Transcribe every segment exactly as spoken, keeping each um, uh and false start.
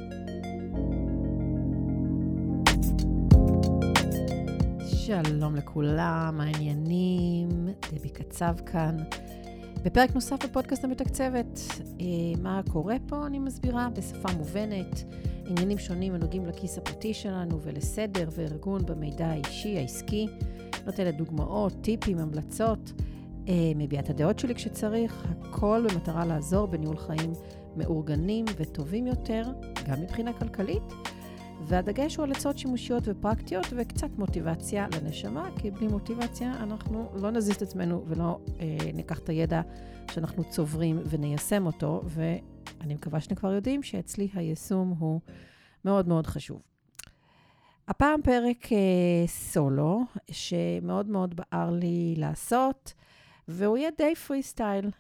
שלום לכולם, מה העניינים? דבי קצב כאן. בפרק נוסף בפודקאסט המתקצבת. מה קורה פה? אני מסבירה בשפה מובנת, עניינים שונים הנוגעים לכיס הפרטי שלנו ולסדר וארגון במידע האישי, העסקי. נותנת דוגמאות, טיפים, המלצות, מביעה את הדעות שלי כשצריך, הכל במטרה לעזור בניהול חיים מאורגנים וטובים יותר, גם מבחינה כלכלית. והדגש הוא על עצות שימושיות ופרקטיות וקצת מוטיבציה לנשמה, כי בלי מוטיבציה אנחנו לא נזיז את עצמנו ולא אה, ניקח את הידע שאנחנו צוברים וניישם אותו, ואני מקווה שאתם כבר יודעים שאצלי היישום הוא מאוד מאוד חשוב. הפעם פרק אה, סולו, שמאוד מאוד בער לי לעשות, והוא יהיה די פרי סטייל,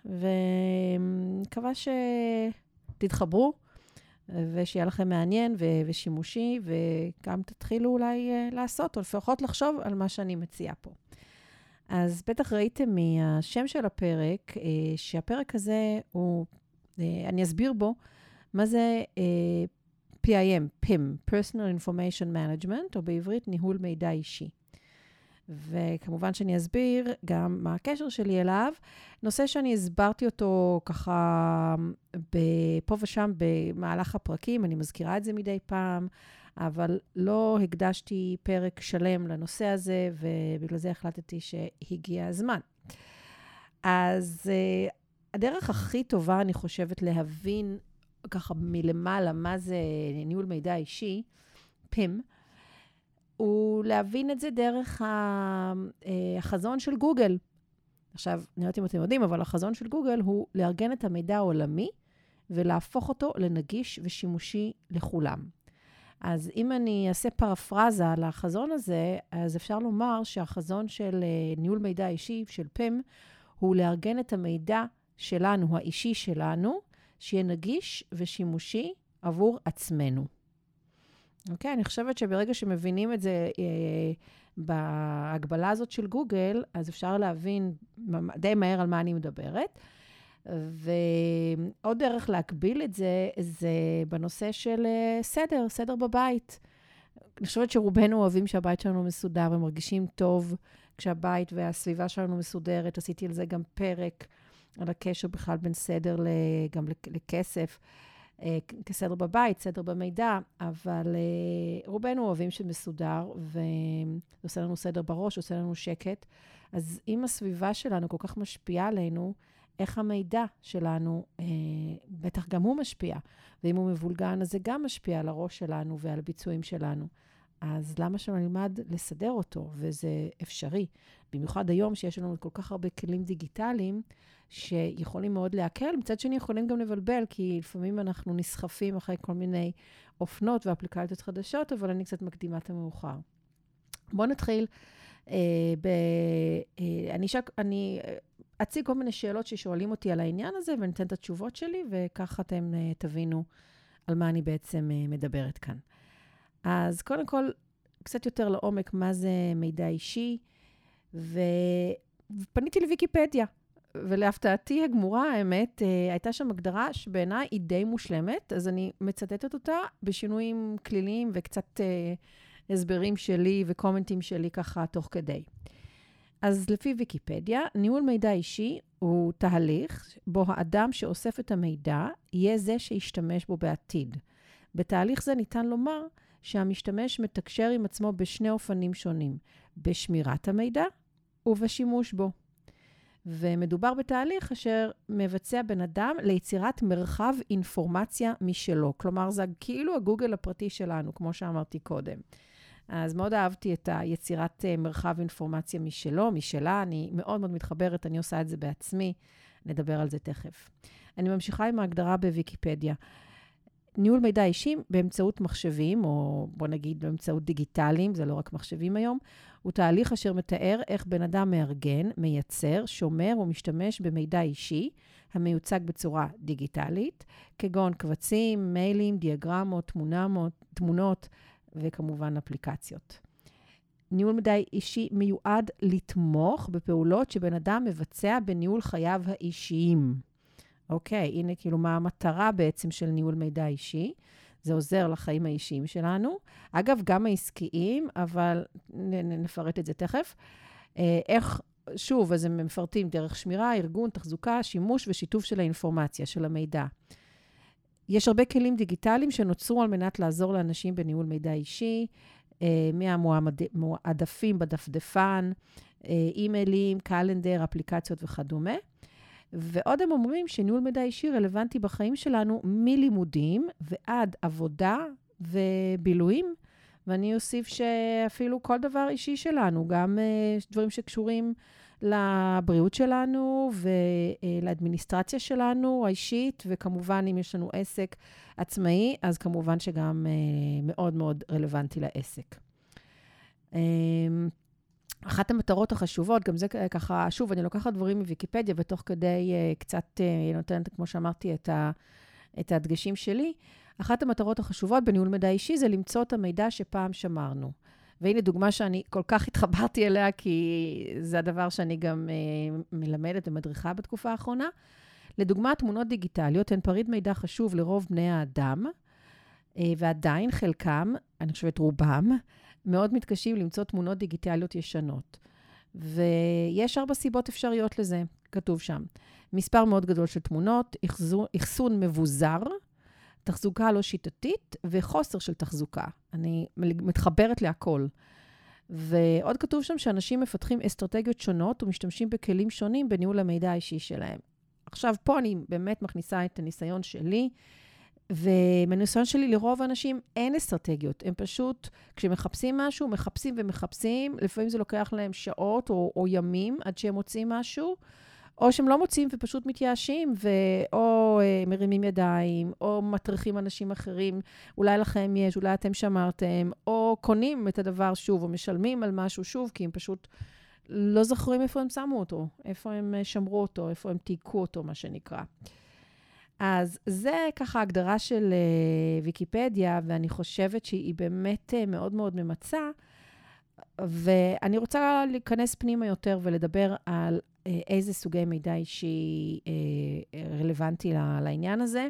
ומקווה שתתחברו, ושיהיה לכם מעניין ו- ושימושי, וגם תתחילו אולי uh, לעשות, או לפחות לחשוב על מה שאני מציעה פה. אז בטח ראיתם מהשם של הפרק, uh, שהפרק הזה הוא, uh, אני אסביר בו, מה זה uh, פי איי אם, פים, Personal Information Management, או בעברית ניהול מידע אישי. וכמובן שאני אסביר גם מה הקשר שלי אליו. נושא שאני הסברתי אותו ככה פה ושם במהלך הפרקים, אני מזכירה את זה מדי פעם, אבל לא הקדשתי פרק שלם לנושא הזה, ובגלל זה החלטתי שהגיע הזמן. אז הדרך הכי טובה, אני חושבת, להבין ככה מלמעלה מה זה ניהול מידע אישי, פים, הוא להבין את זה דרך החזון של גוגל. עכשיו, אני לא יודעת אם אתם יודעים, אבל החזון של גוגל הוא לארגן את המידע העולמי, ולהפוך אותו לנגיש ושימושי לכולם. אז אם אני אעשה פרפרזה על החזון הזה, אז אפשר לומר שהחזון של ניהול מידע אישי, של פים, הוא לארגן את המידע שלנו, האישי שלנו, שיהיה נגיש ושימושי עבור עצמנו. אוקיי, אני חושבת שברגע שמבינים את זה אה, בהגבלה הזאת של גוגל, אז אפשר להבין די מהר על מה אני מדברת. ועוד דרך להקביל את זה, זה בנושא של אה, סדר, סדר בבית. אני חושבת שרובנו אוהבים שהבית שלנו מסודר ומרגישים טוב כשהבית והסביבה שלנו מסודרת. עשיתי על זה גם פרק על הקשר בכלל בין סדר גם לכסף. כסדר בבית, סדר במידע, אבל רובנו אוהבים שמסודר, ועושה לנו סדר בראש, עושה לנו שקט. אז אם הסביבה שלנו כל כך משפיעה עלינו, איך המידע שלנו, בטח גם הוא משפיע, ואם הוא מבולגן, אז זה גם משפיע על הראש שלנו ועל הביצועים שלנו. אז למה שלא נלמד לסדר אותו? וזה אפשרי. במיוחד היום שיש לנו כל כך הרבה כלים דיגיטליים, שיכולים מאוד להקל, מצד שני יכולים גם לבלבל, כי לפעמים אנחנו נסחפים אחרי כל מיני אופנות ואפליקציות חדשות, אבל אני קצת מקדימה את המאוחר. בואו נתחיל. אה, ב, אה, אני, שק, אני אציג כל מיני שאלות ששואלים אותי על העניין הזה, וניתן את התשובות שלי, וכך אתם אה, תבינו על מה אני בעצם אה, מדברת כאן. אז קודם כל, קצת יותר לעומק מה זה מידע אישי, ופניתי לוויקיפדיה. ולהפתעתי הגמורה, האמת, הייתה שם הגדרה שבעיניי היא די מושלמת, אז אני מצטטת אותה בשינויים כליליים וקצת אה, הסברים שלי וקומנטים שלי ככה תוך כדי. אז לפי ויקיפדיה, ניהול מידע אישי הוא תהליך בו האדם שאוסף את המידע יהיה זה שישתמש בו בעתיד. בתהליך זה ניתן לומר שהמשתמש מתקשר עם עצמו בשני אופנים שונים, בשמירת המידע ובשימוש בו. ומדובר בתהליך אשר מבצע בן אדם ליצירת מרחב אינפורמציה משלו. כלומר, זה כאילו הגוגל הפרטי שלנו, כמו שאמרתי קודם. אז מאוד אהבתי את היצירת מרחב אינפורמציה משלו, משלה. אני מאוד מאוד מתחברת, אני עושה את זה בעצמי. נדבר על זה תכף. אני ממשיכה עם ההגדרה בוויקיפדיה. ניהול מידע אישי באמצעות מחשבים, או בוא נגיד באמצעות דיגיטליים, זה לא רק מחשבים היום, הוא תהליך אשר מתאר איך בן אדם מארגן, מייצר, שומר ומשתמש במידע אישי, המיוצג בצורה דיגיטלית, כגון קבצים, מיילים, דיאגרמות, תמונות, תמונות וכמובן אפליקציות. ניהול מידע אישי מיועד לתמוך בפעולות שבן אדם מבצע בניהול חייו האישיים. אוקיי, הנה כאילו מה המטרה בעצם של ניהול מידע אישי. זה עוזר לחיים האישיים שלנו. אגב, גם העסקיים, אבל נפרט את זה תכף. איך, שוב, אז הם מפרטים דרך שמירה, ארגון, תחזוקה, שימוש ושיתוף של האינפורמציה, של המידע. יש הרבה כלים דיגיטליים שנוצרו על מנת לעזור לאנשים בניהול מידע אישי, מהמועדפים בדפדפן, אימיילים, קלנדר, אפליקציות וכדומה. ועוד הם אומרים שניהול מידע אישי רלוונטי בחיים שלנו מלימודים ועד עבודה ובילויים, ואני אוסיף שאפילו כל דבר אישי שלנו, גם דברים שקשורים לבריאות שלנו ולאדמיניסטרציה שלנו האישית, וכמובן אם יש לנו עסק עצמאי, אז כמובן שגם מאוד מאוד רלוונטי לעסק. אחת המטרות החשובות, גם זה ככה, שוב, אני לוקחת דברים מוויקיפדיה, ותוך כדי קצת נותנת, כמו שאמרתי, את, ה, את הדגשים שלי. אחת המטרות החשובות בניהול מידע אישי זה למצוא את המידע שפעם שמרנו. והנה דוגמה שאני כל כך התחברתי אליה, כי זה הדבר שאני גם מלמדת ומדריכה בתקופה האחרונה. לדוגמה, תמונות דיגיטליות הן פריט מידע חשוב לרוב בני האדם, ועדיין חלקם, אני חושבת רובם, מאוד מתקשים למצוא תמונות דיגיטליות ישנות. ויש ארבע סיבות אפשריות לזה, כתוב שם. מספר מאוד גדול של תמונות, אחסון מבוזר, תחזוקה לא שיטתית, וחוסר של תחזוקה. אני מתחברת להכל. ועוד כתוב שם שאנשים מפתחים אסטרטגיות שונות, ומשתמשים בכלים שונים בניהול המידע האישי שלהם. עכשיו, פה אני באמת מכניסה את הניסיון שלי, ומניסיון שלי לרוב האנשים אין אסטרטגיות. הם פשוט, כשמחפשים משהו, מחפשים ומחפשים, לפעמים זה לוקח להם שעות או, או ימים עד שהם מוצאים משהו, או שהם לא מוצאים ופשוט מתייאשים, או מרימים ידיים, או מטריחים אנשים אחרים, אולי לכם יש, אולי אתם שמרתם, או קונים את הדבר שוב, או משלמים על משהו שוב, כי הם פשוט לא זוכרים איפה הם שמו אותו, איפה הם שמרו אותו, איפה הם תיקו אותו, מה שנקרא. אז זה ככה הגדרה של uh, ויקיפדיה, ואני חושבת שהיא באמת uh, מאוד מאוד ממצה, ואני רוצה להיכנס פנימה יותר ולדבר על uh, איזה סוגי מידע אישי uh, רלוונטי לעניין הזה,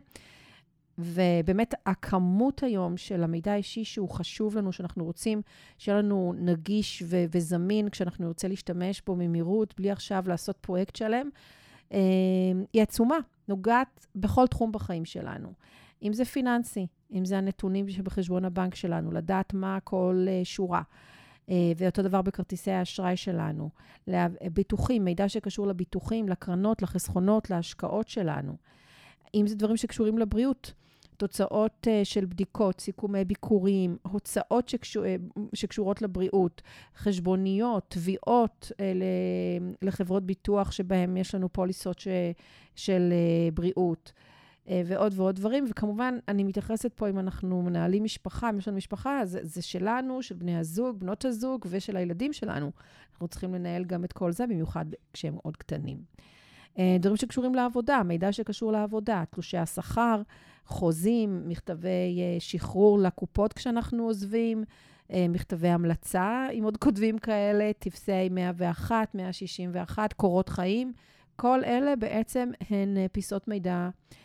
ובאמת הכמות היום של המידע האישי שהוא חשוב לנו, שאנחנו רוצים שיהיה לנו נגיש ו- וזמין, כשאנחנו נרצה להשתמש בו ממהירות, בלי עכשיו לעשות פרויקט שלם, uh, היא עצומה. נוגעת בכל תחום בחיים שלנו. אם זה פיננסי, אם זה הנתונים שבחשבון הבנק שלנו, לדעת מה כל שורה, ואותו דבר בכרטיסי האשראי שלנו, לביטוחים, מידע שקשור לביטוחים, לקרנות, לחסכונות, להשקעות שלנו. אם זה דברים שקשורים לבריאות, תוצאות של בדיקות, סיכומי ביקורים, הוצאות שקשור, שקשורות לבריאות, חשבוניות, תביעות לחברות ביטוח שבהם יש לנו פוליסות ש, של בריאות, ועוד ועוד דברים. וכמובן, אני מתייחסת פה אם אנחנו מנהלים משפחה, אם יש לנו משפחה, זה, זה שלנו, של בני הזוג, בנות הזוג ושל הילדים שלנו. אנחנו צריכים לנהל גם את כל זה, במיוחד כשהם עוד קטנים. דברים שקשורים לעבודה, מידע שקשור לעבודה, תלושי השכר, חוזים, מכתבי שחרור לקופות כשאנחנו עוזבים, מכתבי המלצה, אם עוד כותבים כאלה, תפסי מאה ואחת, מאה שישים ואחת, קורות חיים, כל אלה בעצם הן פיסות מידע,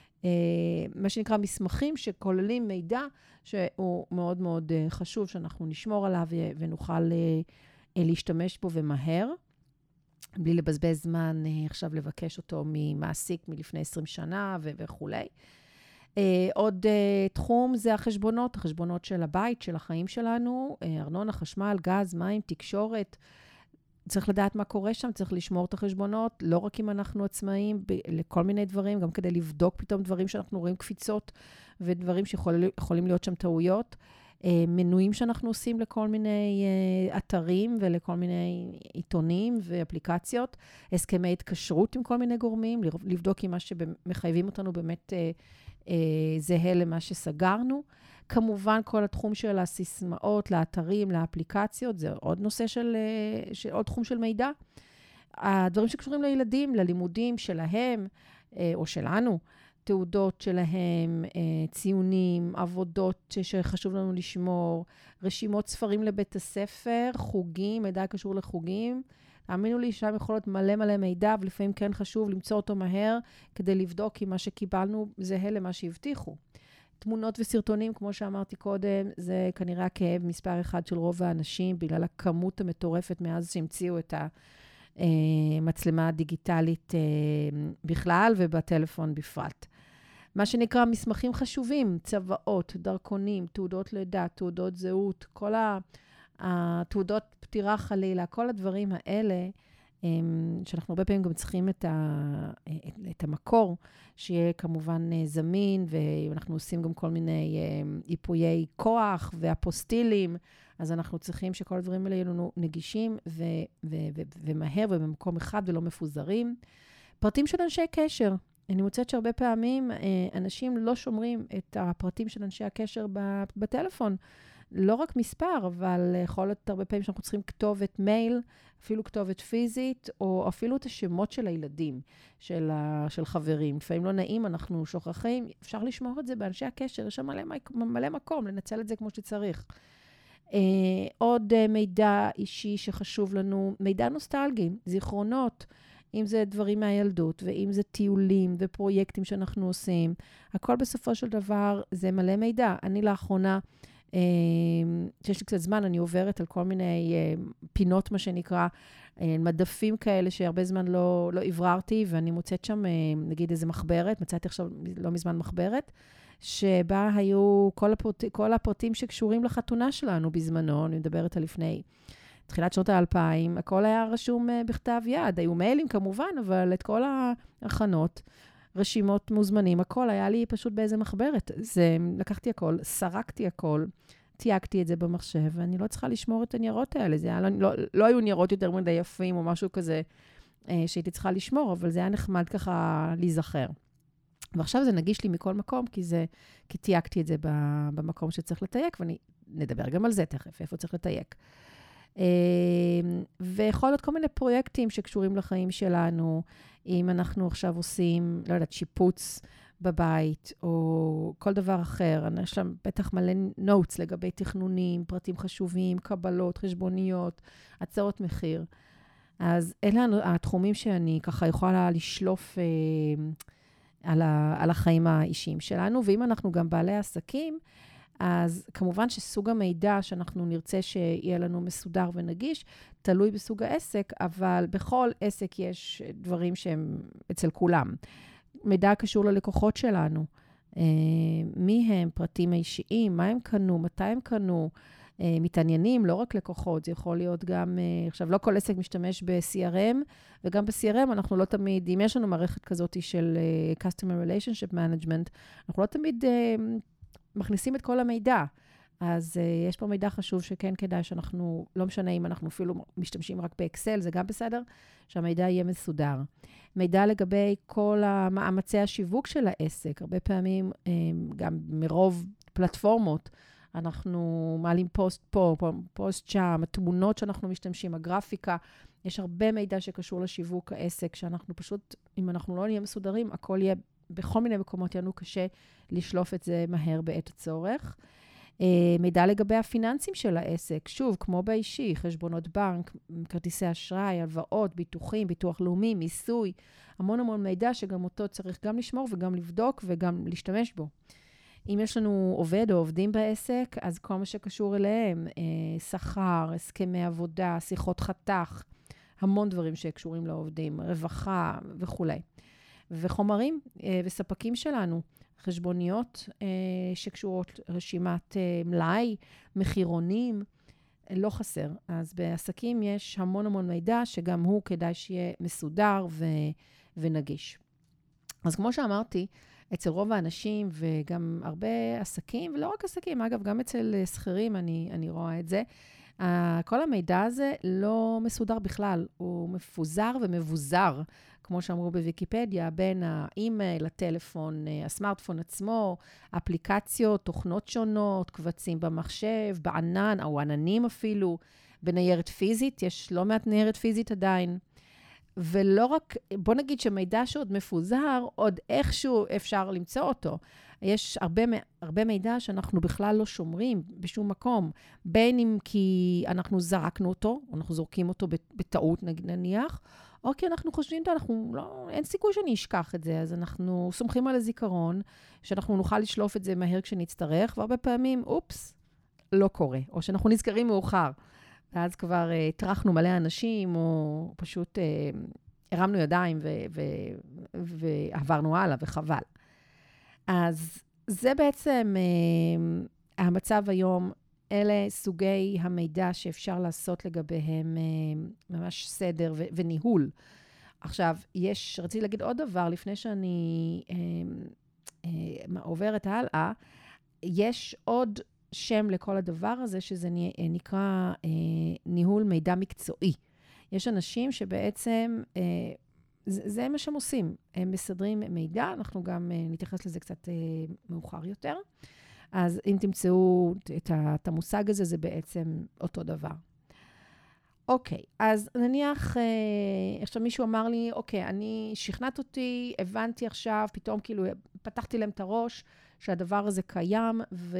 מה שנקרא מסמכים שכוללים מידע שהוא מאוד מאוד חשוב, שאנחנו נשמור עליו ונוכל להשתמש בו ומהר. בלי לבזבז זמן עכשיו לבקש אותו ממעסיק מלפני עשרים שנה וכו'. עוד תחום זה החשבונות, החשבונות של הבית, של החיים שלנו, ארנונה, חשמל, גז, מים, תקשורת. צריך לדעת מה קורה שם, צריך לשמור את החשבונות, לא רק אם אנחנו עצמאים, לכל מיני דברים, גם כדי לבדוק פתאום דברים שאנחנו רואים קפיצות, ודברים שיכולים להיות שם טעויות. מנויים שאנחנו עושים לכל מיני אתרים ולכל מיני עיתונים ואפליקציות, הסכמי התקשרות עם כל מיני גורמים, לבדוק אם מה שמחייבים אותנו באמת זהה למה שסגרנו. כמובן, כל התחום של הסיסמאות, לאתרים, לאפליקציות, זה עוד נושא של, של עוד תחום של מידע. הדברים שקשורים לילדים, ללימודים שלהם או שלנו, תעודות שלהם, ציונים, עבודות שחשוב לנו לשמור, רשימות ספרים לבית הספר, חוגים, מידע קשור לחוגים. תאמינו לי, שם יכול להיות מלא מלא מידע, ולפעמים כן חשוב למצוא אותו מהר, כדי לבדוק אם מה שקיבלנו זהה למה שהבטיחו. תמונות וסרטונים, כמו שאמרתי קודם, זה כנראה הכאב מספר אחד של רוב האנשים, בגלל הכמות המטורפת מאז שהמציאו את המצלמה הדיגיטלית בכלל ובטלפון בפרט. מה שנקרא מסמכים חשובים, צוואות, דרכונים, תעודות לידה, תעודות זהות, כל התעודות פטירה חלילה, כל הדברים האלה, שאנחנו הרבה פעמים גם צריכים את, ה, את המקור, שיהיה כמובן זמין, ואנחנו עושים גם כל מיני איפויי כוח ואפוסטילים, אז אנחנו צריכים שכל הדברים האלה יהיו לנו נגישים ו, ו, ו, ומהר ובמקום אחד ולא מפוזרים. פרטים של אנשי קשר. אני מוצאת שהרבה פעמים אנשים לא שומרים את הפרטים של אנשי הקשר בטלפון. לא רק מספר, אבל יכול להיות הרבה פעמים שאנחנו צריכים כתובת מייל, אפילו כתובת פיזית, או אפילו את השמות של הילדים, של, ה, של חברים. לפעמים לא נעים, אנחנו שוכחים, אפשר לשמור את זה באנשי הקשר, יש שם מלא, מלא מקום, לנצל את זה כמו שצריך. אה, עוד אה, מידע אישי שחשוב לנו, מידע נוסטלגי, זיכרונות, אם זה דברים מהילדות, ואם זה טיולים ופרויקטים שאנחנו עושים, הכל בסופו של דבר זה מלא מידע. אני לאחרונה, שיש לי קצת זמן, אני עוברת על כל מיני פינות, מה שנקרא, מדפים כאלה שהרבה זמן לא, לא עבררתי, ואני מוצאת שם, נגיד, איזה מחברת, מצאתי עכשיו לא מזמן מחברת, שבה היו כל, הפרט, כל הפרטים שקשורים לחתונה שלנו בזמנו, אני מדברת על לפני תחילת שנות האלפיים, הכל היה רשום בכתב יד, היו מיילים כמובן, אבל את כל ההכנות, רשימות מוזמנים, הכל היה לי פשוט באיזה מחברת. זה, לקחתי הכל, סרקתי הכל, תייגתי את זה במחשב, ואני לא צריכה לשמור את הניירות האלה. זה היה, לא, לא, לא היו ניירות יותר מדי יפים או משהו כזה אה, שהייתי צריכה לשמור, אבל זה היה נחמד ככה להיזכר. ועכשיו זה נגיש לי מכל מקום, כי זה, כי תייגתי את זה במקום שצריך לתייק, ואני נדבר גם על זה תכף, איפה צריך לתייק. ויכול להיות כל מיני פרויקטים שקשורים לחיים שלנו, אם אנחנו עכשיו עושים, לא יודעת, שיפוץ בבית, או כל דבר אחר, יש שם בטח מלא נוטס לגבי תכנונים, פרטים חשובים, קבלות, חשבוניות, הצעות מחיר. אז אלה התחומים שאני ככה יכולה לשלוף על, ה, על החיים האישיים שלנו, ואם אנחנו גם בעלי עסקים, אז כמובן שסוג המידע שאנחנו נרצה שיהיה לנו מסודר ונגיש, תלוי בסוג העסק, אבל בכל עסק יש דברים שהם אצל כולם. מידע קשור ללקוחות שלנו, מי הם, פרטים האישיים, מה הם קנו, מתי הם קנו, מתעניינים, לא רק לקוחות, זה יכול להיות גם, עכשיו לא כל עסק משתמש ב-סי אר אם, וגם ב-סי אר אם אנחנו לא תמיד, אם יש לנו מערכת כזאת של Customer Relationship Management, אנחנו לא תמיד מכניסים את כל המידע. אז uh, יש פה מידע חשוב שכן כדאי שאנחנו, לא משנה אם אנחנו אפילו משתמשים רק באקסל, זה גם בסדר, שהמידע יהיה מסודר. מידע לגבי כל המאמצי השיווק של העסק, הרבה פעמים um, גם מרוב פלטפורמות, אנחנו מעלים פוסט פה, פוסט שם, התמונות שאנחנו משתמשים, הגרפיקה, יש הרבה מידע שקשור לשיווק העסק, שאנחנו פשוט, אם אנחנו לא נהיה מסודרים, הכל יהיה בכל מיני מקומות, יענו קשה לשלוף את זה מהר בעת הצורך. מידע לגבי הפיננסים של העסק, שוב, כמו באישי, חשבונות בנק, כרטיסי אשראי, הלוואות, ביטוחים, ביטוח לאומי, מיסוי, המון המון מידע שגם אותו צריך גם לשמור וגם לבדוק וגם להשתמש בו. אם יש לנו עובד או עובדים בעסק, אז כל מה שקשור אליהם, שכר, הסכמי עבודה, שיחות חתך, המון דברים שקשורים לעובדים, רווחה וכו'. וחומרים וספקים שלנו, חשבוניות שקשורות רשימת מלאי, מחירונים, לא חסר. אז בעסקים יש המון המון מידע שגם הוא כדאי שיהיה מסודר ו- ונגיש. אז כמו שאמרתי, אצל רוב האנשים וגם הרבה עסקים, ולא רק עסקים, אגב, גם אצל שכירים אני, אני רואה את זה, כל המידע הזה לא מסודר בכלל, הוא מפוזר ומבוזר, כמו שאמרו בוויקיפדיה, בין האימייל, הטלפון, הסמארטפון עצמו, אפליקציות, תוכנות שונות, קבצים במחשב, בענן, או עננים אפילו, בניירת פיזית, יש לא מעט ניירת פיזית עדיין. ולא רק, בוא נגיד שמידע שעוד מפוזר, עוד איכשהו אפשר למצוא אותו. יש הרבה, הרבה מידע שאנחנו בכלל לא שומרים בשום מקום, בין אם כי אנחנו זרקנו אותו, או אנחנו זורקים אותו בטעות נניח, או כי אנחנו חושבים, אנחנו לא, אין סיכוי שאני אשכח את זה, אז אנחנו סומכים על הזיכרון, שאנחנו נוכל לשלוף את זה מהר כשנצטרך, והרבה פעמים, אופס, לא קורה, או שאנחנו נזכרים מאוחר. ואז כבר uh, טרחנו מלא אנשים, או פשוט uh, הרמנו ידיים ו- ו- ועברנו הלאה, וחבל. אז זה בעצם uh, המצב היום, אלה סוגי המידע שאפשר לעשות לגביהם uh, ממש סדר ו- וניהול. עכשיו, יש, רציתי להגיד עוד דבר, לפני שאני uh, uh, עוברת הלאה, יש עוד שם לכל הדבר הזה, שזה נקרא אה, ניהול מידע מקצועי. יש אנשים שבעצם, אה, זה, זה מה שהם עושים. הם מסדרים מידע, אנחנו גם אה, נתייחס לזה קצת אה, מאוחר יותר. אז אם תמצאו את, ה, את המושג הזה, זה בעצם אותו דבר. אוקיי, אז נניח, אה, עכשיו מישהו אמר לי, אוקיי, אני שכנעת אותי, הבנתי עכשיו, פתאום כאילו פתחתי להם את הראש, שהדבר הזה קיים,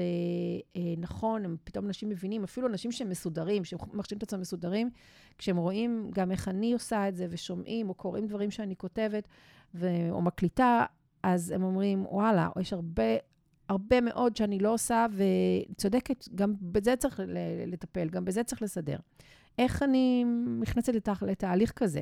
ונכון, הם פתאום אנשים מבינים, אפילו אנשים שהם מסודרים, שמחשיבים את עצמם מסודרים, כשהם רואים גם איך אני עושה את זה, ושומעים, או קוראים דברים שאני כותבת, ו... או מקליטה, אז הם אומרים, וואלה, יש הרבה, הרבה מאוד שאני לא עושה, וצודקת, גם בזה צריך לטפל, גם בזה צריך לסדר. איך אני נכנסת לתח... לתהליך כזה?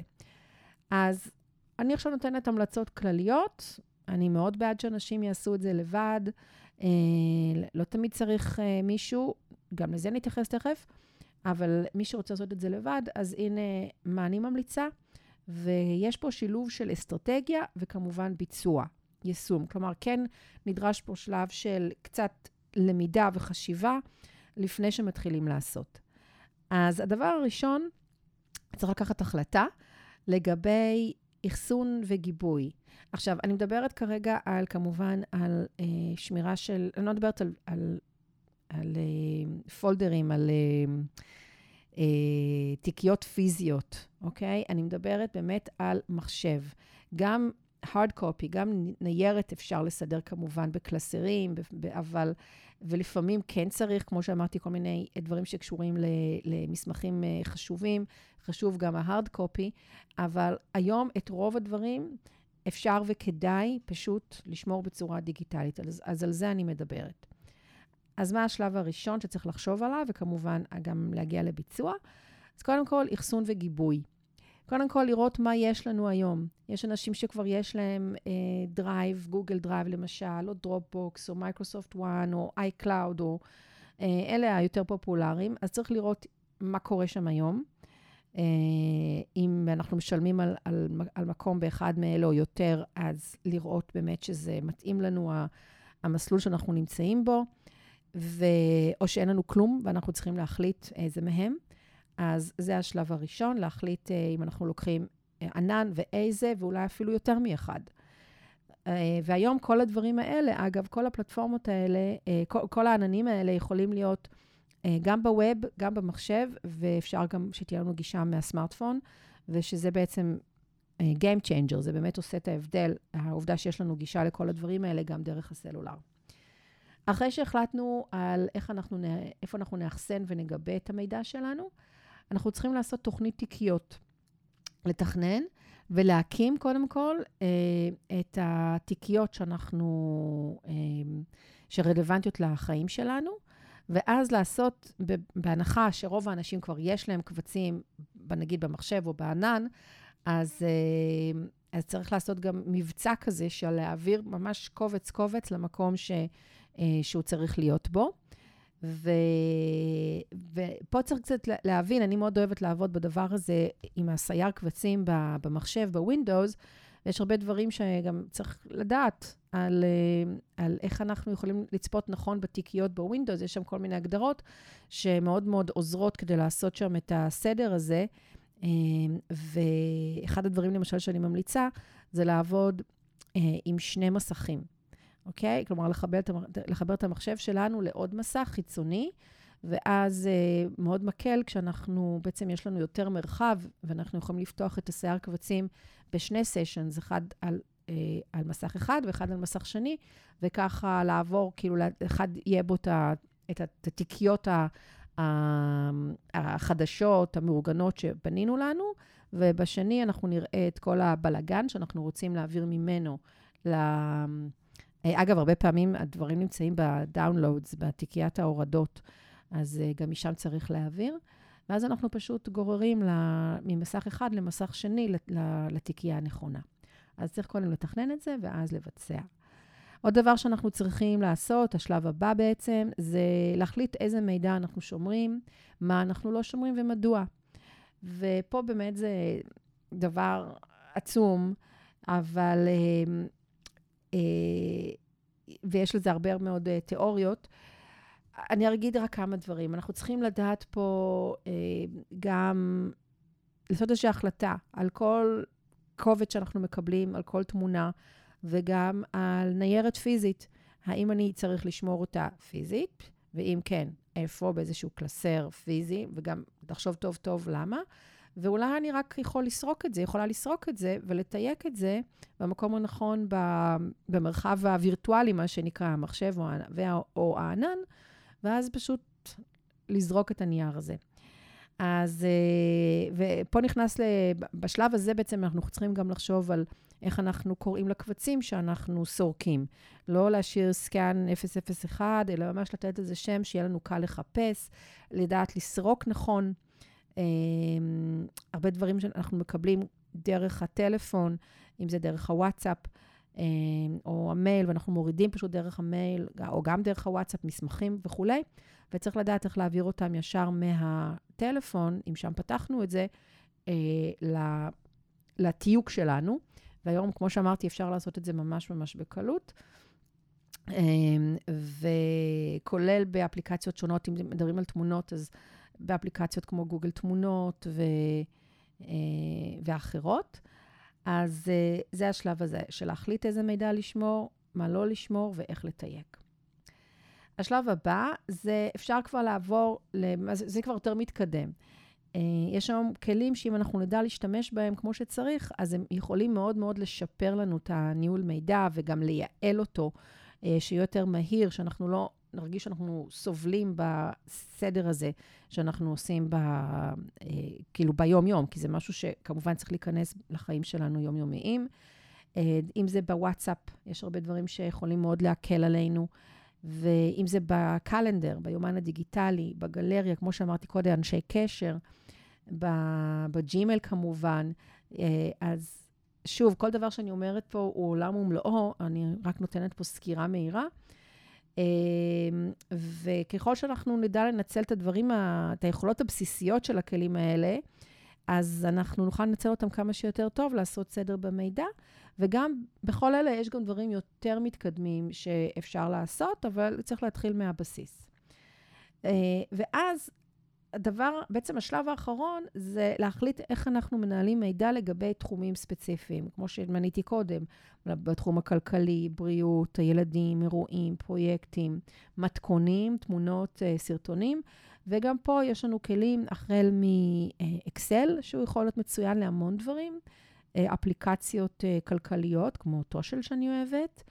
אז אני עכשיו נותנת המלצות כלליות, אני מאוד בעד שאנשים יעשו את זה לבד, אה, לא תמיד צריך אה, מישהו, גם לזה נתייחס תכף, אבל מי שרוצה לעשות את זה לבד, אז הנה מה אני ממליצה, ויש פה שילוב של אסטרטגיה וכמובן ביצוע, יישום. כלומר, כן נדרש פה שלב של קצת למידה וחשיבה, לפני שמתחילים לעשות. אז הדבר הראשון, צריך לקחת החלטה לגבי אחסון וגיבוי. עכשיו, אני מדברת כרגע על, כמובן, על אה, שמירה של, אני לא מדברת על, על, על אה, פולדרים, על אה, אה, תיקיות פיזיות, אוקיי? אני מדברת באמת על מחשב. גם hard copy, גם ניירת אפשר לסדר כמובן בקלסרים, אבל, ולפעמים כן צריך, כמו שאמרתי, כל מיני דברים שקשורים למסמכים חשובים, חשוב גם ה-hard copy, אבל היום את רוב הדברים אפשר וכדאי פשוט לשמור בצורה דיגיטלית, אז, אז על זה אני מדברת. אז מה השלב הראשון שצריך לחשוב עליו, וכמובן גם להגיע לביצוע? אז קודם כל, אחסון וגיבוי. קודם כל, לראות מה יש לנו היום. יש אנשים שכבר יש להם דרייב, גוגל דרייב למשל, או דרופבוקס, או מייקרוסופט וואן, או iCloud, או אה, אלה היותר פופולריים. אז צריך לראות מה קורה שם היום. אה, אם אנחנו משלמים על, על, על מקום באחד מאלה או יותר, אז לראות באמת שזה מתאים לנו, המסלול שאנחנו נמצאים בו, ו... או שאין לנו כלום, ואנחנו צריכים להחליט איזה מהם. אז זה השלב הראשון, להחליט אם אנחנו לוקחים ענן ואיזה, ואולי אפילו יותר מאחד. והיום כל הדברים האלה, אגב, כל הפלטפורמות האלה, כל, כל העננים האלה יכולים להיות גם בווב, גם במחשב, ואפשר גם שתהיה לנו גישה מהסמארטפון, ושזה בעצם game changer, זה באמת עושה את ההבדל, העובדה שיש לנו גישה לכל הדברים האלה, גם דרך הסלולר. אחרי שהחלטנו על איך אנחנו, איפה אנחנו נאחסן ונגבה את המידע שלנו, אנחנו צריכים לעשות תוכנית תיקיות, לתכנן ולהקים קודם כל את התיקיות שאנחנו, שרלוונטיות לחיים שלנו, ואז לעשות, בהנחה שרוב האנשים כבר יש להם קבצים, נגיד במחשב או בענן, אז, אז צריך לעשות גם מבצע כזה של להעביר ממש קובץ קובץ למקום ש, שהוא צריך להיות בו. ו... ופה צריך קצת להבין, אני מאוד אוהבת לעבוד בדבר הזה עם הסייר קבצים במחשב, בווינדוס, ויש הרבה דברים שגם צריך לדעת על, על איך אנחנו יכולים לצפות נכון בתיקיות בווינדוס, יש שם כל מיני הגדרות שמאוד מאוד עוזרות כדי לעשות שם את הסדר הזה, ואחד הדברים למשל שאני ממליצה, זה לעבוד עם שני מסכים. אוקיי? כלומר, לחבר את, לחבר את המחשב שלנו לעוד מסך חיצוני, ואז אה, מאוד מקל כשאנחנו, בעצם יש לנו יותר מרחב, ואנחנו יכולים לפתוח את הסייר קבצים בשני סשנס, אחד על, אה, על מסך אחד ואחד על מסך שני, וככה לעבור, כאילו, אחד יהיה בו את התיקיות החדשות, המאורגנות שבנינו לנו, ובשני אנחנו נראה את כל הבלגן שאנחנו רוצים להעביר ממנו. לה... אגב, הרבה פעמים הדברים נמצאים בדאונלודס, בתיקיית ההורדות, אז גם משם צריך להעביר. ואז אנחנו פשוט גוררים ממסך אחד למסך שני לתיקייה הנכונה. אז צריך קודם לתכנן את זה, ואז לבצע. עוד דבר שאנחנו צריכים לעשות, השלב הבא בעצם, זה להחליט איזה מידע אנחנו שומרים, מה אנחנו לא שומרים ומדוע. ופה באמת זה דבר עצום, אבל, ויש לזה הרבה מאוד תיאוריות. אני אגיד רק כמה דברים. אנחנו צריכים לדעת פה גם לעשות איזושהי החלטה על כל קובץ שאנחנו מקבלים, על כל תמונה, וגם על ניירת פיזית. האם אני צריך לשמור אותה פיזית, ואם כן, איפה, באיזשהו קלסר פיזי, וגם לחשוב טוב טוב למה, ואולי אני רק יכול לסרוק את זה, יכולה לסרוק את זה, ולתייק את זה במקום הנכון במרחב הווירטואלי, מה שנקרא המחשב או הענן, ואז פשוט לזרוק את הנייר הזה. אז, ופה נכנס, בשלב הזה בעצם אנחנו צריכים גם לחשוב על איך אנחנו קוראים לקבצים שאנחנו סורקים. לא להשאיר סקן אפס אפס אחת, אלא ממש לתת איזה שם שיהיה לנו קל לחפש, לדעת לסרוק נכון. הרבה דברים שאנחנו מקבלים דרך הטלפון, אם זה דרך הוואטסאפ, או המייל, ואנחנו מורידים פשוט דרך המייל, או גם דרך הוואטסאפ, מסמכים וכו'. וצריך לדעת איך להעביר אותם ישר מהטלפון, אם שם פתחנו את זה, לתיוק שלנו. והיום, כמו שאמרתי, אפשר לעשות את זה ממש ממש בקלות. וכולל באפליקציות שונות, אם מדברים על תמונות, אז באפליקציות כמו גוגל תמונות ו... ואחרות. אז זה השלב הזה, של להחליט איזה מידע לשמור, מה לא לשמור ואיך לתייק. השלב הבא, זה אפשר כבר לעבור, זה כבר יותר מתקדם. יש שם כלים שאם אנחנו נדע להשתמש בהם כמו שצריך, אז הם יכולים מאוד מאוד לשפר לנו את הניהול מידע, וגם לייעל אותו, שיהיה יותר מהיר, שאנחנו לא נרגיש שאנחנו סובלים בסדר הזה, שאנחנו עושים ב, כאילו ביום-יום, כי זה משהו שכמובן צריך להיכנס לחיים שלנו יומיומיים. אם זה בוואטסאפ, יש הרבה דברים שיכולים מאוד להקל עלינו, ואם זה בקלנדר, ביומן הדיגיטלי, בגלריה, כמו שאמרתי קודם, אנשי קשר, בג'ימייל כמובן, אז שוב, כל דבר שאני אומרת פה הוא עולם ומלואו, אני רק נותנת פה סקירה מהירה, וככל שאנחנו נדע לנצל את הדברים, את היכולות הבסיסיות של הכלים האלה, אז אנחנו נוכל לנצל אותם כמה שיותר טוב, לעשות סדר במידע, וגם בכל אלה יש גם דברים יותר מתקדמים שאפשר לעשות, אבל צריך להתחיל מהבסיס. ואז הדבר, בעצם השלב האחרון, זה להחליט איך אנחנו מנהלים מידע לגבי תחומים ספציפיים, כמו שמניתי קודם, בתחום הכלכלי, בריאות, הילדים, אירועים, פרויקטים, מתכונים, תמונות, סרטונים, וגם פה יש לנו כלים החל מאקסל, שהוא יכול להיות מצוין להמון דברים, אפליקציות כלכליות, כמו טושל שאני אוהבת,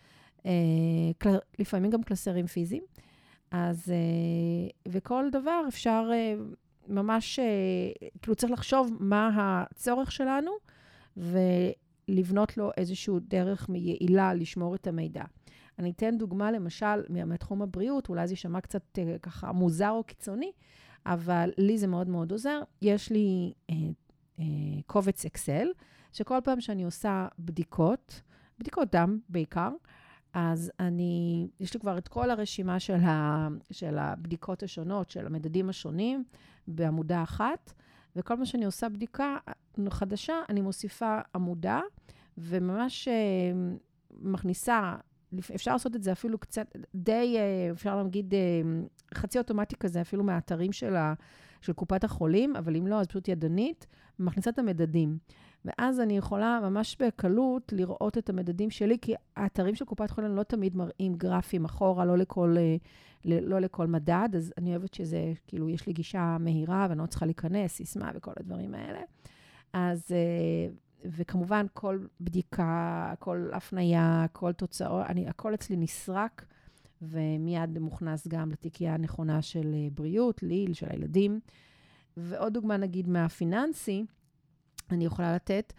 לפעמים גם קלסרים פיזיים. אז, וכל דבר אפשר ממש, כאילו צריך לחשוב מה הצורך שלנו, ולבנות לו איזשהו דרך יעילה לשמור את המידע. אני אתן דוגמה למשל מתחום הבריאות, אולי זה יישמע קצת ככה מוזר או קיצוני, אבל לי זה מאוד מאוד עוזר. יש לי אה, אה, קובץ אקסל, שכל פעם שאני עושה בדיקות, בדיקות דם בעיקר, אז אני, יש לי כבר את כל הרשימה של, ה, של הבדיקות השונות, של המדדים השונים, בעמודה אחת, וכל מה שאני עושה בדיקה חדשה, אני מוסיפה עמודה, וממש אה, מכניסה, אפשר לעשות את זה אפילו קצת, די, אפשר להגיד, חצי אוטומטי כזה, אפילו מהאתרים של, ה, של קופת החולים, אבל אם לא, אז פשוט ידנית, מכניסה את המדדים. ואז אני יכולה ממש בקלות לראות את המדדים שלי, כי האתרים של קופת חולים לא תמיד מראים גרפים אחורה, לא לכל, לא לכל מדד, אז אני אוהבת שזה, כאילו, יש לי גישה מהירה, ואני לא צריכה להיכנס, סיסמה וכל הדברים האלה. אז... וכמובן, כל בדיקה, כל הפניה, כל תוצאות, אני, הכל אצלי נסרק, ומיד מוכנס גם לתיקייה הנכונה של בריאות, ליל, של הילדים. ועוד דוגמה, נגיד, מהפיננסי, אני יכולה לתת,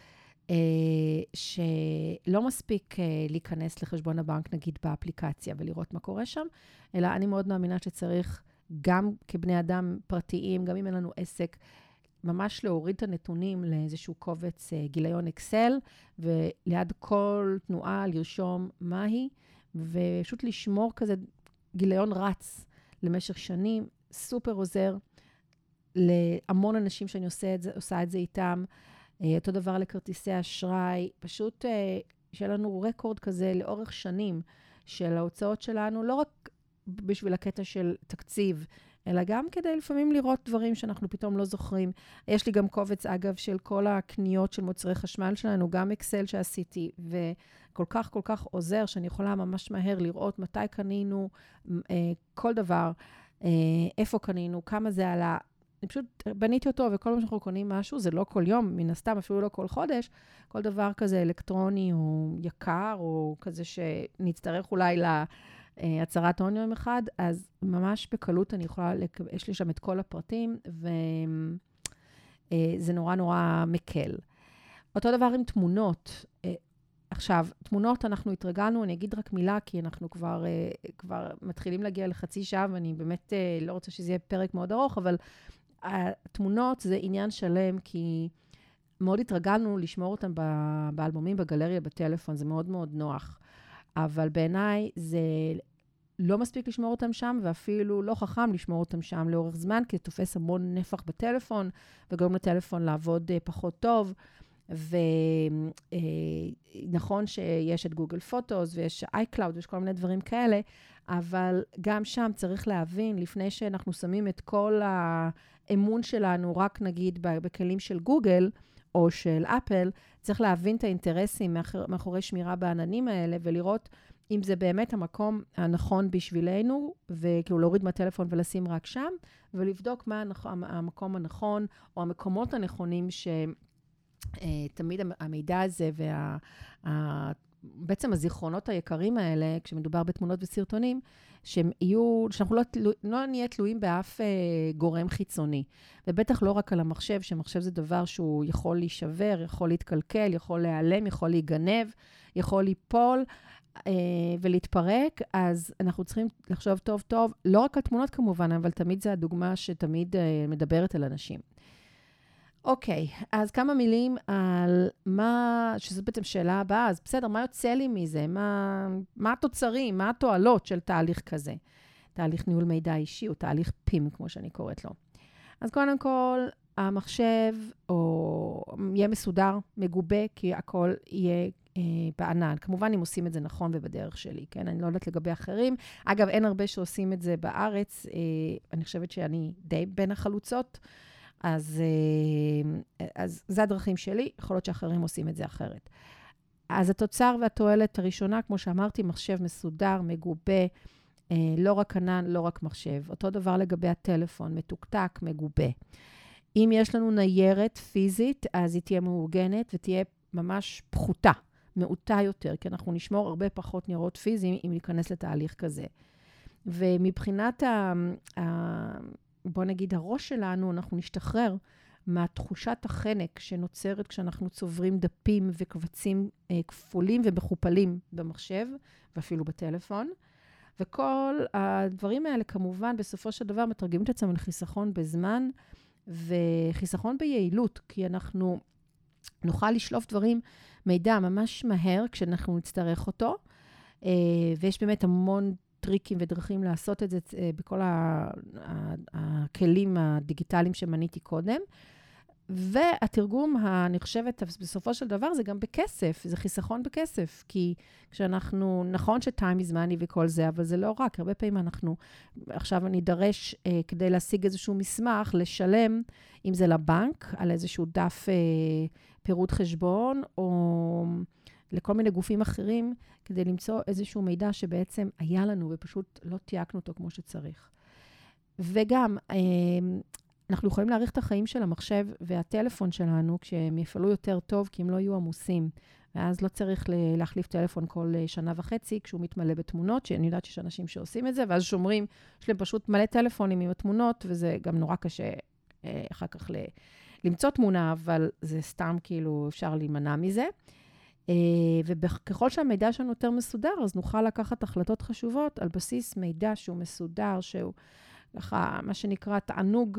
שלא מספיק להיכנס לחשבון הבנק, נגיד באפליקציה, ולראות מה קורה שם, אלא אני מאוד מאמינה שצריך גם כבני אדם פרטיים, גם אם אין לנו עסק, ממש להוריד את הנתונים לאיזשהו קובץ גיליון אקסל, וליד כל תנועה לרשום מהי, ופשוט לשמור כזה גיליון רץ למשך שנים, סופר עוזר להמון אנשים שאני עושה את זה, עושה את זה איתם, אותו דבר לכרטיסי אשראי, פשוט שיהיה לנו רקורד כזה לאורך שנים של ההוצאות שלנו, לא רק בשביל הקטע של תקציב, אלא גם כדי לפעמים לראות דברים שאנחנו פתאום לא זוכרים. יש לי גם קובץ, אגב, של כל הקניות של מוצרי חשמל שלנו, גם אקסל שעשיתי, וכל כך כל כך עוזר, שאני יכולה ממש מהר לראות מתי קנינו כל דבר, איפה קנינו, כמה זה עלה. אני פשוט בניתי אותו, וכל פעם שאנחנו קונים משהו, זה לא כל יום, מן הסתם, אפילו לא כל חודש, כל דבר כזה אלקטרוני או יקר, או כזה שנצטרך אולי להצהרת הון יום אחד, אז ממש בקלות אני יכולה, יש לי שם את כל הפרטים, וזה נורא נורא מקל. אותו דבר עם תמונות. עכשיו, תמונות אנחנו התרגלנו, אני אגיד רק מילה, כי אנחנו כבר, כבר מתחילים להגיע לחצי שעה, ואני באמת לא רוצה שזה יהיה פרק מאוד ארוך, אבל התמונות זה עניין שלם, כי מאוד התרגלנו לשמור אותם באלבומים, בגלריה, בטלפון, זה מאוד מאוד נוח. אבל בעיניי זה לא מספיק לשמור אותם שם, ואפילו לא חכם לשמור אותם שם לאורך זמן, כי תופס המון נפח בטלפון, וגורם לטלפון לעבוד פחות טוב. ונכון שיש את גוגל פוטוס, ויש אייקלאוד, ויש כל מיני דברים כאלה, אבל גם שם צריך להבין, לפני שאנחנו שמים את כל האמון שלנו, רק נגיד בכלים של גוגל, או של אפל, צריך להבין את האינטרסים מאחורי שמירה בעננים האלה, ולראות אם זה באמת המקום הנכון בשבילנו, וכאילו להוריד מהטלפון ולשים רק שם, ולבדוק מה המקום הנכון, או המקומות הנכונים ש... תמיד המידע הזה, ובעצם הזיכרונות היקרים האלה, כשמדובר בתמונות וסרטונים, שהם יהיו, שאנחנו לא, לא נהיה תלויים באף גורם חיצוני. ובטח לא רק על המחשב, שמחשב זה דבר שהוא יכול להישבר, יכול להתקלקל, יכול להיעלם, יכול להיגנב, יכול ליפול ולהתפרק, אז אנחנו צריכים לחשוב טוב טוב, לא רק על תמונות כמובן, אבל תמיד זה הדוגמה שתמיד מדברת על אנשים. אוקיי, אז כמה מילים על מה, שזו בעצם שאלה הבאה, אז בסדר, מה יוצא לי מזה? מה, מה התוצרים, מה התועלות של תהליך כזה? תהליך ניהול מידע אישי, או תהליך פים, כמו שאני קוראת לו. אז קודם כל, המחשב או יהיה מסודר, מגובה, כי הכל יהיה אה, בענן. כמובן, אם עושים את זה נכון ובדרך שלי, כן? אני לא יודעת לגבי אחרים. אגב, אין הרבה שעושים את זה בארץ. אה, אני חושבת שאני די בין החלוצות. אז, אז זה הדרכים שלי, יכול להיות שאחרים עושים את זה אחרת. אז התוצר והתועלת הראשונה, כמו שאמרתי, מחשב מסודר, מגובה, לא רק ענן, לא רק מחשב. אותו דבר לגבי הטלפון, מתוקתק, מגובה. אם יש לנו ניירת פיזית, אז היא תהיה מאורגנת ותהיה ממש פחותה, מעוטה יותר, כי אנחנו נשמור הרבה פחות ניירות פיזיים אם ניכנס לתהליך כזה. ומבחינת ה... ה בוא נגיד, הראש שלנו, אנחנו נשתחרר מהתחושת החנק שנוצרת כשאנחנו צוברים דפים וקבצים אה, כפולים ומכופלים במחשב, ואפילו בטלפון. וכל הדברים האלה, כמובן, בסופו של דבר, מתרגמים את עצמם לחיסכון בזמן, וחיסכון ביעילות, כי אנחנו נוכל לשלוף דברים, מידע ממש מהר, כשאנחנו נצטרך אותו, אה, ויש באמת המון טריקים ודרכים לעשות את זה בכל הכלים הדיגיטליים שמניתי קודם. והתרגום הנחשבת בסופו של דבר זה גם בכסף, זה חיסכון בכסף, כי כשאנחנו, נכון ש-time is money וכל זה, אבל זה לא רק, הרבה פעמים אנחנו, עכשיו אני אדרש אה, כדי להשיג איזשהו מסמך, לשלם, אם זה לבנק, על איזשהו דף אה, פירוט חשבון, או לכל מיני גופים אחרים, כדי למצוא איזשהו מידע שבעצם היה לנו, ופשוט לא תייקנו אותו כמו שצריך. וגם, אה, אנחנו יכולים להאריך את החיים של המחשב והטלפון שלנו, כשהם יפעלו יותר טוב, כי הם לא יהיו עמוסים. ואז לא צריך להחליף טלפון כל שנה וחצי, כשהוא מתמלא בתמונות, שאני יודעת שיש אנשים שעושים את זה, ואז שומרים, יש להם פשוט מלא טלפונים עם התמונות, וזה גם נורא קשה אחר כך למצוא תמונה, אבל זה סתם כאילו אפשר להימנע מזה. וככל שהמידע שלנו יותר מסודר, אז נוכל לקחת החלטות חשובות על בסיס מידע שהוא מסודר, שהוא ככה, מה שנקרא תענוג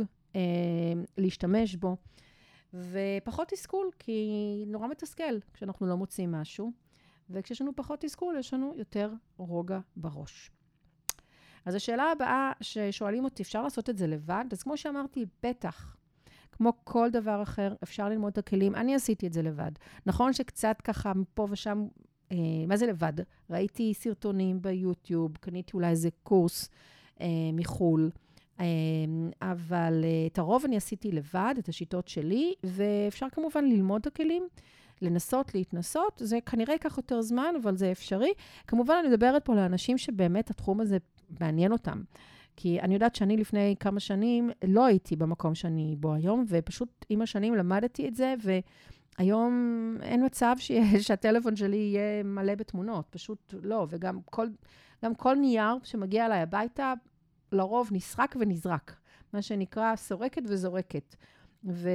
להשתמש בו, ופחות תסכול, כי נורא מתסכל כשאנחנו לא מוצאים משהו, וכשיש לנו פחות תסכול, יש לנו יותר רוגע בראש. אז השאלה הבאה ששואלים אותי, אפשר לעשות את זה לבד? אז כמו שאמרתי, בטח. כמו כל דבר אחר, אפשר ללמוד את הכלים. אני עשיתי את זה לבד. נכון שקצת ככה פה ושם, אה, מה זה לבד? ראיתי סרטונים ביוטיוב, קניתי אולי איזה קורס אה, מחול, אה, אבל אה, את הרוב אני עשיתי לבד, את השיטות שלי, ואפשר כמובן ללמוד את הכלים, לנסות, להתנסות. זה כנראה ייקח יותר זמן, אבל זה אפשרי. כמובן, אני מדברת פה לאנשים שבאמת התחום הזה מעניין אותם. כי אני יודעת שאני לפני כמה שנים לא הייתי במקום שאני בו היום, ופשוט עם השנים למדתי את זה, והיום אין מצב שהטלפון שלי יהיה מלא בתמונות, פשוט לא. וגם כל, גם כל נייר שמגיע אליי הביתה, לרוב נסרק ונזרק, מה שנקרא סורקת וזורקת. וזה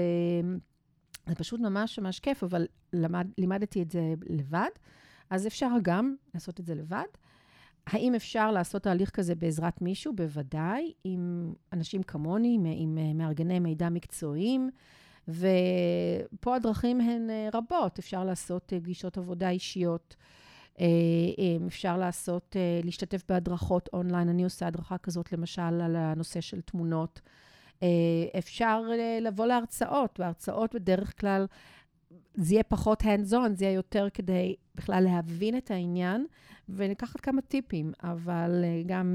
פשוט ממש ממש כיף, אבל למד, לימדתי את זה לבד, אז אפשר גם לעשות את זה לבד. האם אפשר לעשות תהליך כזה בעזרת מישהו? בוודאי, עם אנשים כמוני, עם מארגני מידע מקצועיים, ופה הדרכים הן רבות. אפשר לעשות גישות עבודה אישיות, אפשר לעשות, להשתתף בהדרכות אונליין. אני עושה הדרכה כזאת, למשל, על הנושא של תמונות. אפשר לבוא להרצאות, והרצאות בדרך כלל, זה יהיה פחות hands-on, זה יהיה יותר כדי בכלל להבין את העניין, ולקחת כמה טיפים, אבל גם,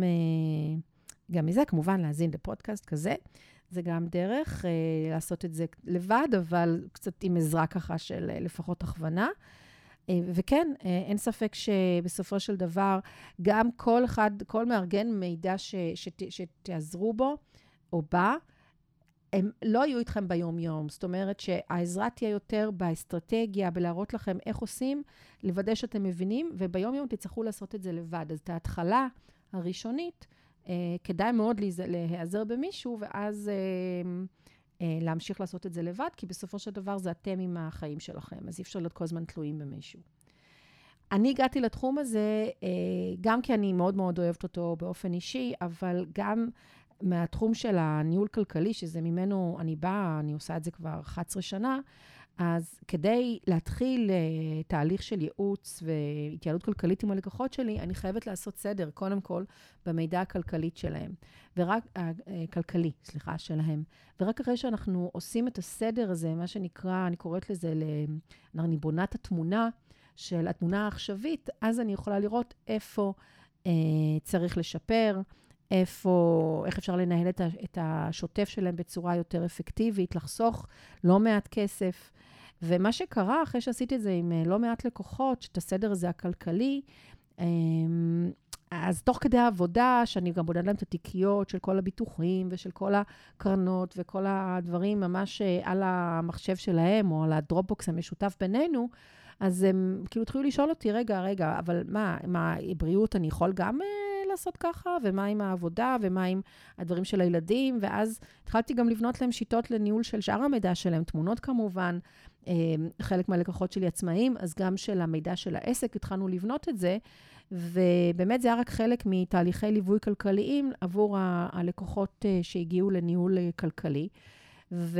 גם מזה, כמובן, להזין לפודקאסט כזה, זה גם דרך לעשות את זה לבד, אבל קצת עם עזרה ככה של לפחות הכוונה. וכן, אין ספק שבסופו של דבר, גם כל אחד, כל מארגן מידע ש, שת, שתעזרו בו, או בה, הם לא יהיו איתכם ביום-יום. זאת אומרת שהעזרה תהיה יותר באסטרטגיה, בלהראות לכם איך עושים, לוודא שאתם מבינים, וביום-יום תצטרכו לעשות את זה לבד. אז את ההתחלה הראשונית, אה, כדאי מאוד להיעזר במישהו, ואז אה, אה, להמשיך לעשות את זה לבד, כי בסופו של דבר זה אתם עם החיים שלכם, אז אי אפשר להיות כל הזמן תלויים במישהו. אני הגעתי לתחום הזה, אה, גם כי אני מאוד מאוד אוהבת אותו באופן אישי, אבל גם מהתחום של הניהול כלכלי, שזה ממנו אני באה, אני עושה את זה כבר אחת עשרה שנה, אז כדי להתחיל uh, תהליך של ייעוץ והתייעלות כלכלית עם הלקוחות שלי, אני חייבת לעשות סדר, קודם כל, במידע הכלכלית שלהם, ורק, uh, כלכלי, סליחה, שלהם. ורק אחרי שאנחנו עושים את הסדר הזה, מה שנקרא, אני קוראת לזה, אני בונה את התמונה של התמונה העכשווית, אז אני יכולה לראות איפה uh, צריך לשפר, איפה, איך אפשר לנהל את, ה, את השוטף שלהם בצורה יותר אפקטיבית, לחסוך לא מעט כסף. ומה שקרה, אחרי שעשיתי את זה עם לא מעט לקוחות, שאת הסדר הזה הכלכלי, אז תוך כדי העבודה, שאני גם בודד להם את התיקיות של כל הביטוחים ושל כל הקרנות וכל הדברים ממש על המחשב שלהם, או על הדרופבוקס המשותף בינינו, אז הם כאילו התחילו לשאול אותי, רגע, רגע, אבל מה, מה, בריאות אני יכול גם לעשות ככה, ומה עם העבודה, ומה עם הדברים של הילדים, ואז התחלתי גם לבנות להם שיטות לניהול של שאר המידע שלהם, תמונות כמובן, חלק מהלקוחות שלי עצמאיים, אז גם של המידע של העסק, התחלנו לבנות את זה, ובאמת זה היה רק חלק מתהליכי ליווי כלכליים, עבור ה- הלקוחות שהגיעו לניהול כלכלי, ו...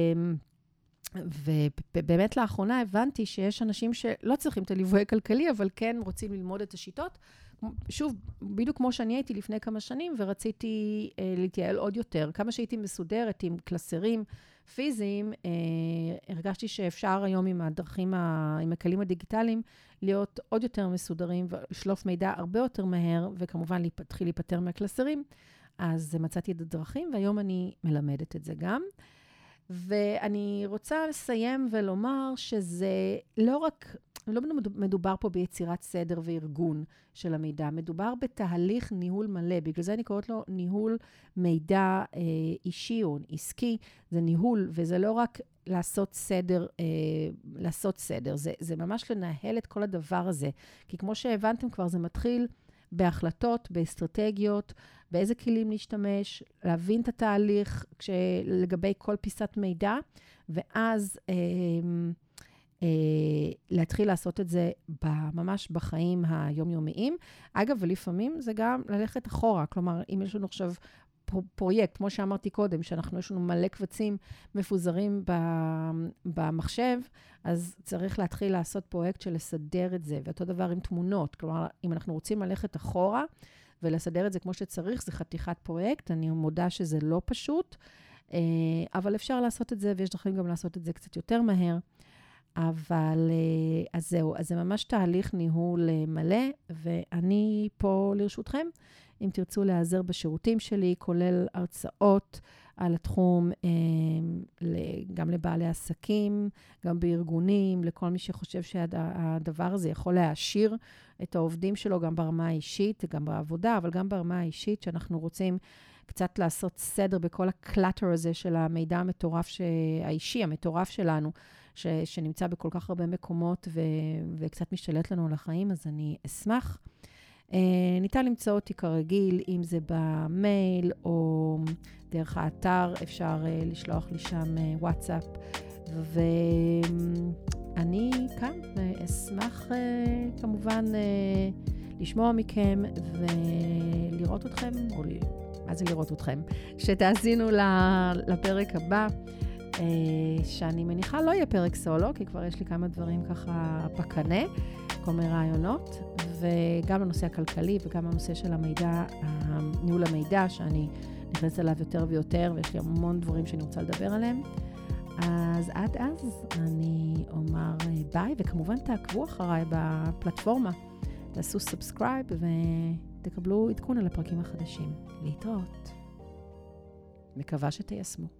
ובאמת לאחרונה הבנתי שיש אנשים שלא צריכים את הליווי הכלכלי, אבל כן רוצים ללמוד את השיטות. שוב, בדיוק כמו שאני הייתי לפני כמה שנים, ורציתי אה, להתייעל עוד יותר. כמה שהייתי מסודרת עם קלסרים פיזיים, אה, הרגשתי שאפשר היום עם הדרכים, ה, עם הכלים הדיגיטליים, להיות עוד יותר מסודרים, ולשלוף מידע הרבה יותר מהר, וכמובן להתחיל להיפטר מהקלסרים. אז מצאתי את הדרכים, והיום אני מלמדת את זה גם. ואני רוצה לסיים ולומר שזה לא רק, לא מדובר פה ביצירת סדר וארגון של המידע, מדובר בתהליך ניהול מלא, בגלל זה אני קוראת לו ניהול מידע אה, אישי או עסקי, זה ניהול, וזה לא רק לעשות סדר, אה, לעשות סדר, זה, זה ממש לנהל את כל הדבר הזה, כי כמו שהבנתם כבר, זה מתחיל בהחלטות, באסטרטגיות, באיזה כלים להשתמש, להבין את התהליך לגבי כל פיסת מידע, ואז אה, אה, להתחיל לעשות את זה ממש בחיים היומיומיים. אגב, ולפעמים זה גם ללכת אחורה, כלומר, אם יש לנו עכשיו פרויקט, כמו שאמרתי קודם, שאנחנו, יש לנו מלא קבצים מפוזרים במחשב, אז צריך להתחיל לעשות פרויקט של לסדר את זה, ואותו דבר עם תמונות, כלומר, אם אנחנו רוצים ללכת אחורה, ולסדר את זה כמו שצריך, זה חתיכת פרויקט, אני מודה שזה לא פשוט, אבל אפשר לעשות את זה, ויש דרכים גם לעשות את זה קצת יותר מהר, אבל אז זהו, אז זה ממש תהליך ניהול מלא, ואני פה לרשותכם, אם תרצו להיעזר בשירותים שלי, כולל הרצאות על התחום, גם לבעלי עסקים, גם בארגונים, לכל מי שחושב שהדבר הזה יכול להעשיר את העובדים שלו, גם ברמה האישית, גם בעבודה, אבל גם ברמה האישית, שאנחנו רוצים קצת לעשות סדר בכל הקלאטר הזה של המידע המטורף האישי, המטורף שלנו, ש, שנמצא בכל כך הרבה מקומות ו, וקצת משתלט לנו על החיים, אז אני אשמח. Uh, ניתן למצוא אותי כרגיל, אם זה במייל או דרך האתר, אפשר uh, לשלוח לי שם uh, וואטסאפ, ואני כאן ואשמח uh, כמובן uh, לשמוע מכם ולראות אתכם, או לי, מה זה לראות אתכם? שתאזינו לפרק הבא, uh, שאני מניחה לא יהיה פרק סולו, כי כבר יש לי כמה דברים ככה בקנה, כל מיני רעיונות, וגם לנושא הכלכלי וגם לנושא של המידע, ניהול המידע, שאני נכנסת אליו יותר ויותר, ויש לי המון דברים שאני רוצה לדבר עליהם. אז עד אז אני אומר ביי, וכמובן תעקבו אחריי בפלטפורמה, תעשו סאבסקרייב ותקבלו עדכון על הפרקים החדשים. להתראות. מקווה שתיישמו.